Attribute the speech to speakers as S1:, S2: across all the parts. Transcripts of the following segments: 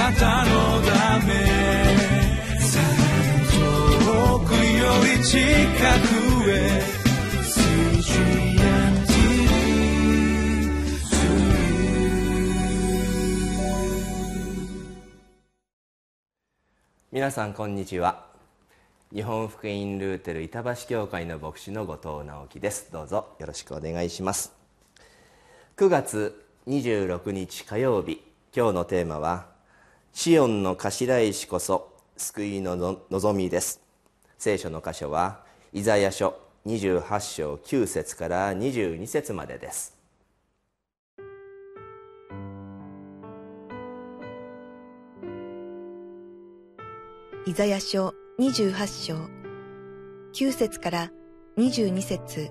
S1: なたのため遠くより近くへ
S2: 皆さんこんにちは。日本福音ルーテル板橋教会の牧師の後藤直樹です。どうぞよろしくお願いします。9月26日火曜日、今日のテーマはシオンの頭石こそ救いの望みです。聖書の箇所はイザヤ書28章9節から22節までです。
S3: イザヤ書28章9節から22節。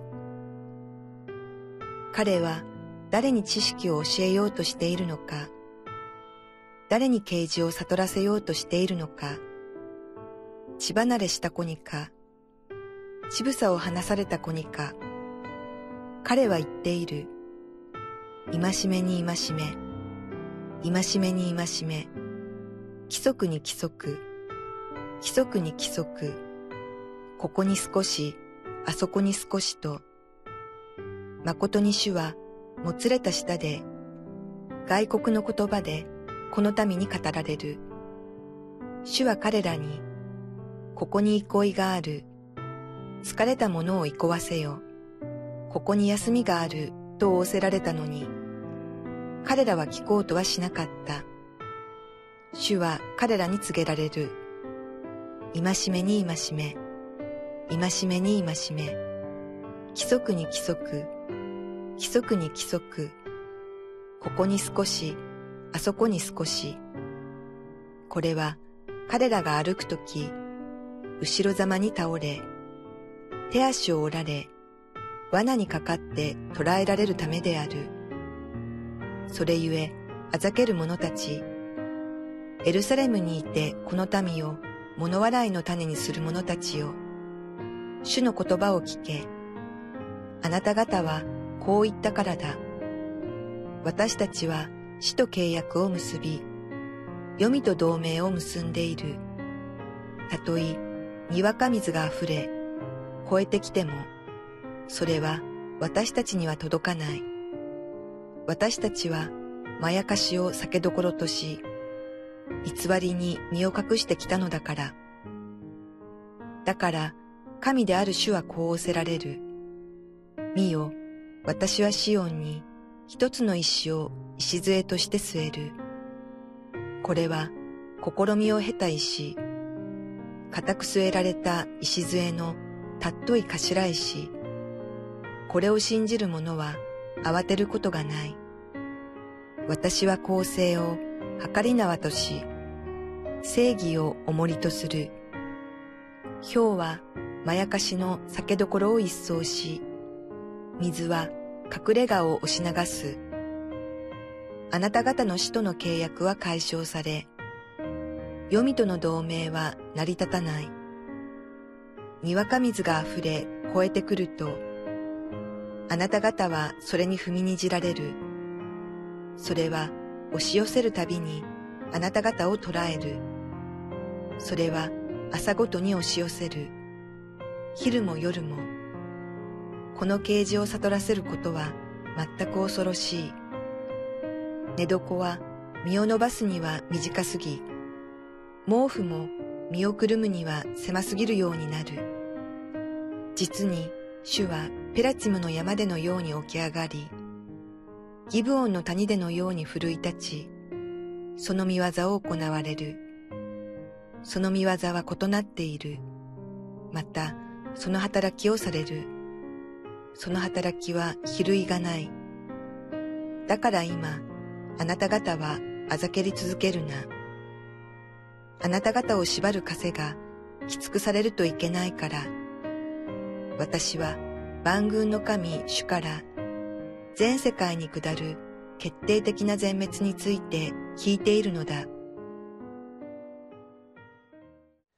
S3: 彼は誰に知識を教えようとしているのか、誰に啓示を悟らせようとしているのか、血離れした子にか、乳房を離された子にか。彼は言っている。戒めに戒め、戒めに戒め、規則に規則、規則に規則、ここに少し、あそこに少しと、誠に主はもつれた舌で、外国の言葉でこの民に語られる。主は彼らに、ここに憩いがある、疲れた者を憩わせよ、ここに休みがあると仰せられたのに、彼らは聞こうとはしなかった。主は彼らに告げられる。戒めに戒め、戒めに戒め、規則に規則、規則に規則、ここに少し、あそこに少し。これは彼らが歩くとき、後ろざまに倒れ、手足を折られ、罠にかかって捕らえられるためである。それゆえ、あざける者たち、エルサレムにいてこの民を物笑いの種にする者たちよ。主の言葉を聞け。あなた方はこう言ったからだ。私たちは死と契約を結び、黄泉と同盟を結んでいる。たとえ、にわか水があふれ、越えてきても、それは私たちには届かない。私たちはまやかしを酒どころとし、偽りに身を隠してきたのだから。だから、神である主はこう仰せられる。見よ、私はシオンに一つの石を礎として据える。これは、試みを経た石、固く据えられた礎のたっとい頭石。これを信じる者は慌てることがない。私は公正を計り縄とし、正義を重りとする。雹はまやかしの酒どころを一掃し、水は隠れ家を押し流す。あなた方の死との契約は解消され、黄泉との同盟は成り立たない。にわか水があふれ越えてくると、あなた方はそれに踏みにじられる。それは押し寄せるたびにあなた方を捕らえる。それは朝ごとに押し寄せる。昼も夜も。この啓示を悟らせることは全く恐ろしい。寝床は身を伸ばすには短すぎ、毛布も身をくるむには狭すぎるようになる。実に主はペラチムの山でのように起き上がり、ギブオンの谷でのように奮い立ち、その見業を行われる。その見業は異なっている。また、その働きをされる。その働きは比類がない。だから今、あなた方はあざけり続けるな。あなた方を縛る枷がきつくされるといけないから。私は万軍の神主から全世界に下る決定的な全滅について聞いているのだ。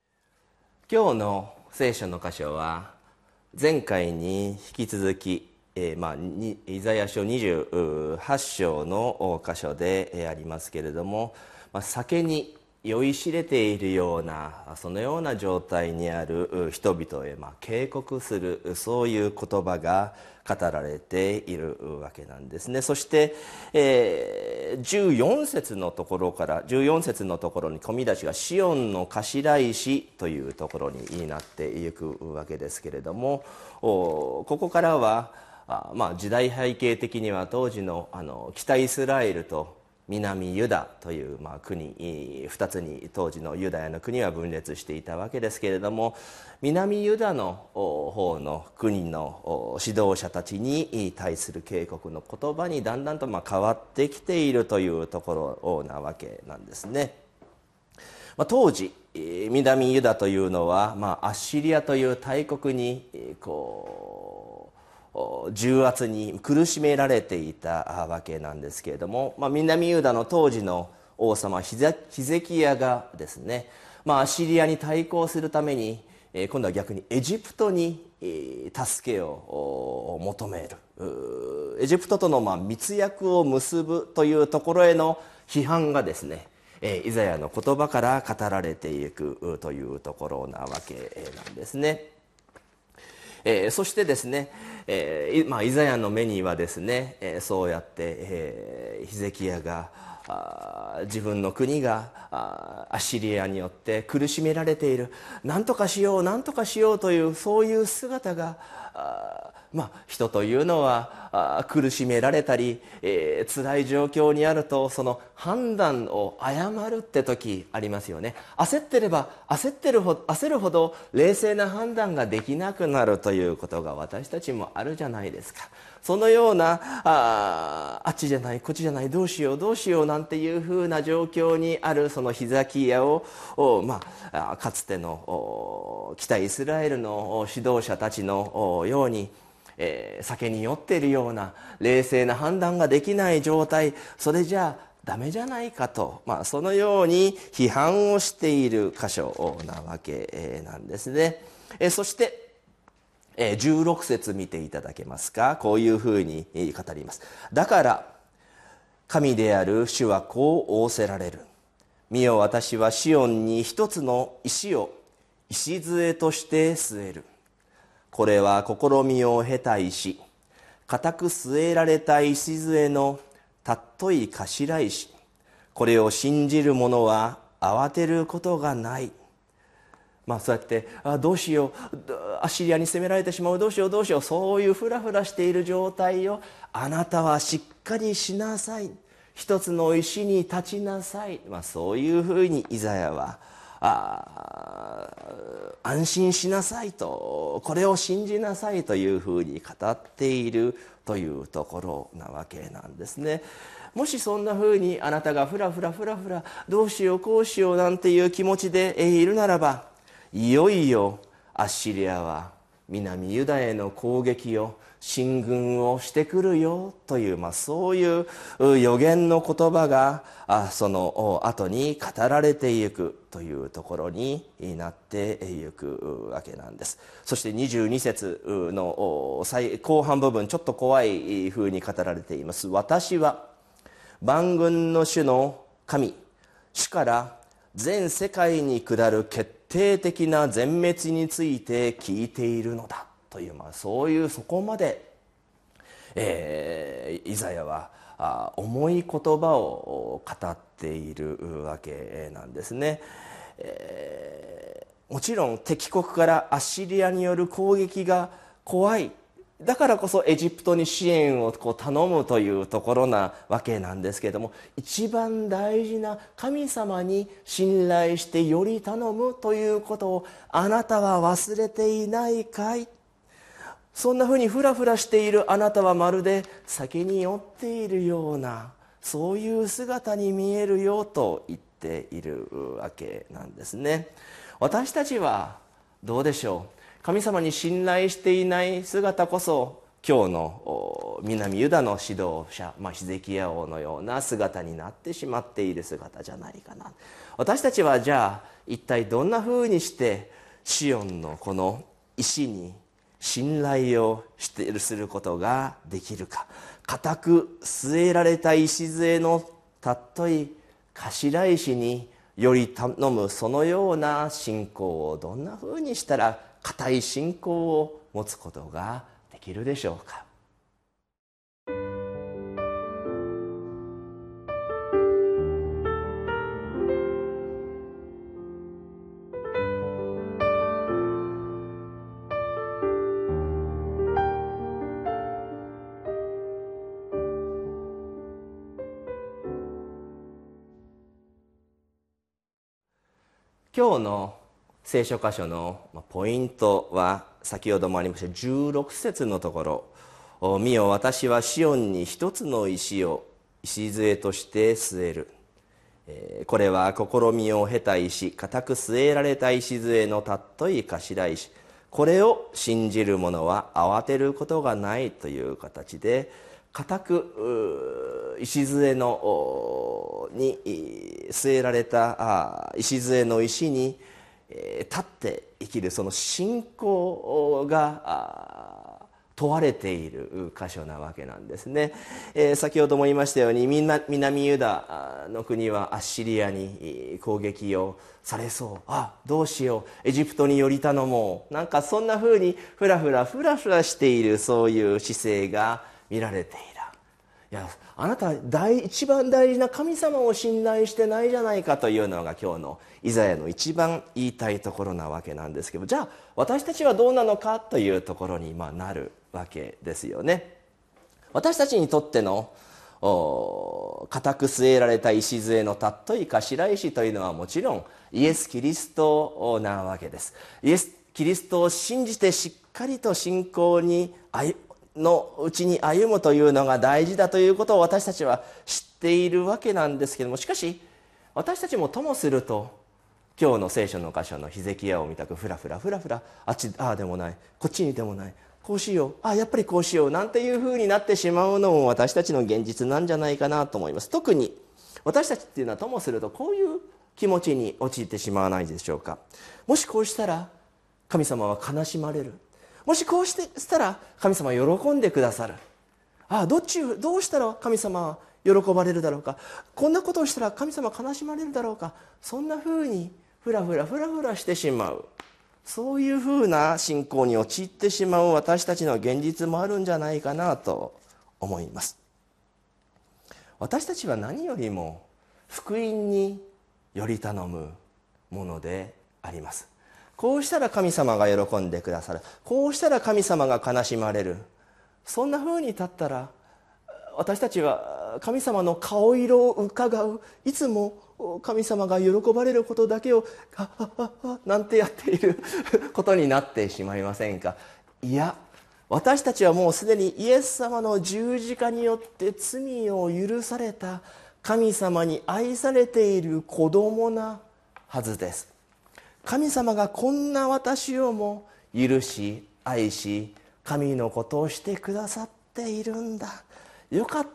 S2: 今日の聖書の箇所は前回に引き続きイザヤ書28章の箇所でありますけれども、酒に酔いしれているようなそのような状態にある人々へ警告する、そういう言葉が語られているわけなんですね。そして、14節のところに込み出しがシオンの頭石というところになっていくわけですけれども、ここからは時代背景的には当時の北イスラエルと南ユダという国2つに当時のユダヤの国は分裂していたわけですけれども、南ユダの方の国の指導者たちに対する警告の言葉にだんだんと変わってきているというところなわけなんですね。当時南ユダというのはアッシリアという大国に重圧に苦しめられていたわけなんですけれども、南ユダの当時の王様ヒゼキヤがですね、アッシリアに対抗するために今度は逆にエジプトに助けを求める、エジプトとの密約を結ぶというところへの批判がですね、イザヤの言葉から語られていくというところなわけなんですね。そしてですね、イザヤの目にはですね、そうやって、ヒゼキヤが自分の国がアッシリアによって苦しめられている、なんとかしようというそういう姿が人というのは苦しめられたり、辛い状況にあるとその判断を誤るって時ありますよね。焦ってれば焦るほど冷静な判断ができなくなるということが私たちもあるじゃないですか。そのようなあっちじゃないこっちじゃない、どうしようなんていうふうな状況にあるそのヒゼキヤをかつての北イスラエルの指導者たちのように酒に酔っているような冷静な判断ができない状態、それじゃあダメじゃないかと、そのように批判をしている箇所なわけなんですね。そして16節見ていただけますか。こういうふうに語ります。だから神である主はこう仰せられる。見よ、私はシオンに一つの石を礎として据える。これは試みを経た石、固く据えられた礎のたっとい頭石。これを信じる者は慌てることがない。そうやってどうしよう、アッシリアに攻められてしまう、どうしよう、そういうフラフラしている状態をあなたはしっかりしなさい、一つの石に立ちなさい、そういうふうにイザヤは安心しなさいと、これを信じなさいというふうに語っているというところなわけなんですね。もしそんなふうにあなたがフラフラどうしようこうしようなんていう気持ちでいるならば、いよいよアッシリアは南ユダへの攻撃を進軍をしてくるよという、そういう予言の言葉がその後に語られていくというところになっていくわけなんです。そして22節の後半部分、ちょっと怖いふうに語られています。私は万軍の主の神、主から全世界に下る決定的な全滅について聞いているのだという、そこまで、イザヤは重い言葉を語っているわけなんですね。もちろん敵国からアッシリアによる攻撃が怖い、だからこそエジプトに支援を頼むというところなわけなんですけれども、一番大事な神様に信頼してより頼むということをあなたは忘れていないかい。そんなふうにフラフラしているあなたはまるで酒に酔っているような、そういう姿に見えるよと言っているわけなんですね。私たちはどうでしょう。神様に信頼していない姿こそ今日の南ユダの指導者、ヒゼキヤ王のような姿になってしまっている姿じゃないかな。私たちはじゃあ一体どんなふうにしてシオンのこの石に信頼をすることができるか。固く据えられた礎の尊い頭石により頼む、そのような信仰をどんなふうにしたら固い信仰を持つことができるでしょうか。今日の聖書箇所のポイントは先ほどもありました16節のところ、見よ私はシオンに一つの石を礎として据える。これは試みを経た石、固く据えられた礎の尊い頭石、これを信じる者は慌てることがないという形で、固く礎のに据えられた礎の石に立って生きる、その信仰が問われている箇所なわけなんですね。先ほども言いましたように、南ユダの国はアッシリアに攻撃をされそう、どうしよう、エジプトにより頼もう、なんかそんなふうにふらふらしている、そういう姿勢が見られている。いや、あなた一番大事な神様を信頼してないじゃないかというのが今日のイザヤの一番言いたいところなわけなんですけど、じゃあ私たちはどうなのかというところになるわけですよね。私たちにとっての固く据えられた礎の尊い頭石というのはもちろんイエス・キリストなわけです。イエス・キリストを信じてしっかりと信仰のうちに歩むというのが大事だということを私たちは知っているわけなんですけども、しかし私たちもともすると今日の聖書の箇所のヒゼキヤを見たくふらふらあっちでもないこっちにでもない、こうしよう、やっぱりこうしようなんていうふうになってしまうのも私たちの現実なんじゃないかなと思います。特に私たちっていうのはともするとこういう気持ちに陥ってしまわないでしょうか。もしこうしたら神様は悲しまれる、もしこうしたら神様は喜んでくださる、どうしたら神様は喜ばれるだろうか、こんなことをしたら神様は悲しまれるだろうか、そんなふうにふらふらしてしまう、そういうふうな信仰に陥ってしまう私たちの現実もあるんじゃないかなと思います。私たちは何よりも福音により頼むものであります。こうしたら神様が喜んでくださる、こうしたら神様が悲しまれる、そんな風に立ったら私たちは神様の顔色を伺う、いつも神様が喜ばれることだけをなんてやっていることになってしまいませんか。いや、私たちはもうすでにイエス様の十字架によって罪を許された神様に愛されている子供なはずです。神様がこんな私をも許し愛し、神のことをしてくださっているんだ、よかった、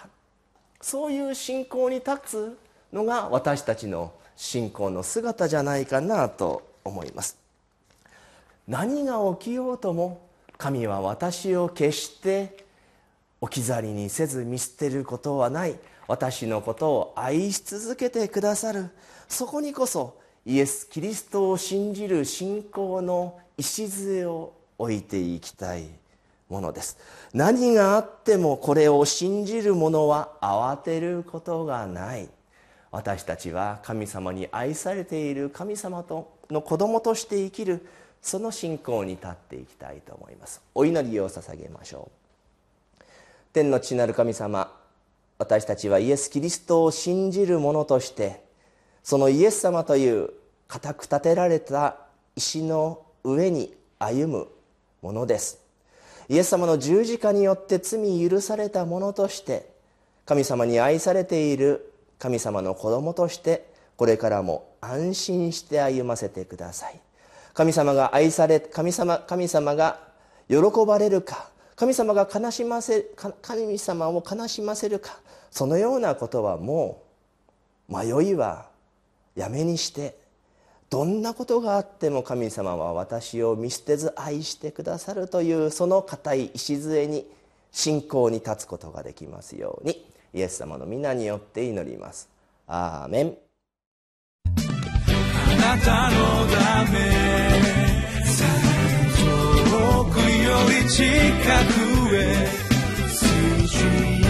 S2: そういう信仰に立つのが私たちの信仰の姿じゃないかなと思います。何が起きようとも神は私を決して置き去りにせず見捨てることはない、私のことを愛し続けてくださる、そこにこそイエス・キリストを信じる信仰の礎を置いていきたいものです。何があってもこれを信じる者は慌てることがない。私たちは神様に愛されている神様の子供として生きる、その信仰に立っていきたいと思います。お祈りを捧げましょう。天の父なる神様、私たちはイエス・キリストを信じる者として、そのイエス様という固く立てられた石の上に歩むものです。イエス様の十字架によって罪許されたものとして、神様に愛されている神様の子供として、これからも安心して歩ませてください。神様が愛され、神様が喜ばれるか、神様を悲しませるか、そのようなことはもう迷いはやめにして、 どんなことがあっても神様は私を見捨てず愛してくださるというその固い礎に信仰に立つことができますように、イエス様の皆によって祈ります。アーメン。
S1: あなたのため遠くより近くへ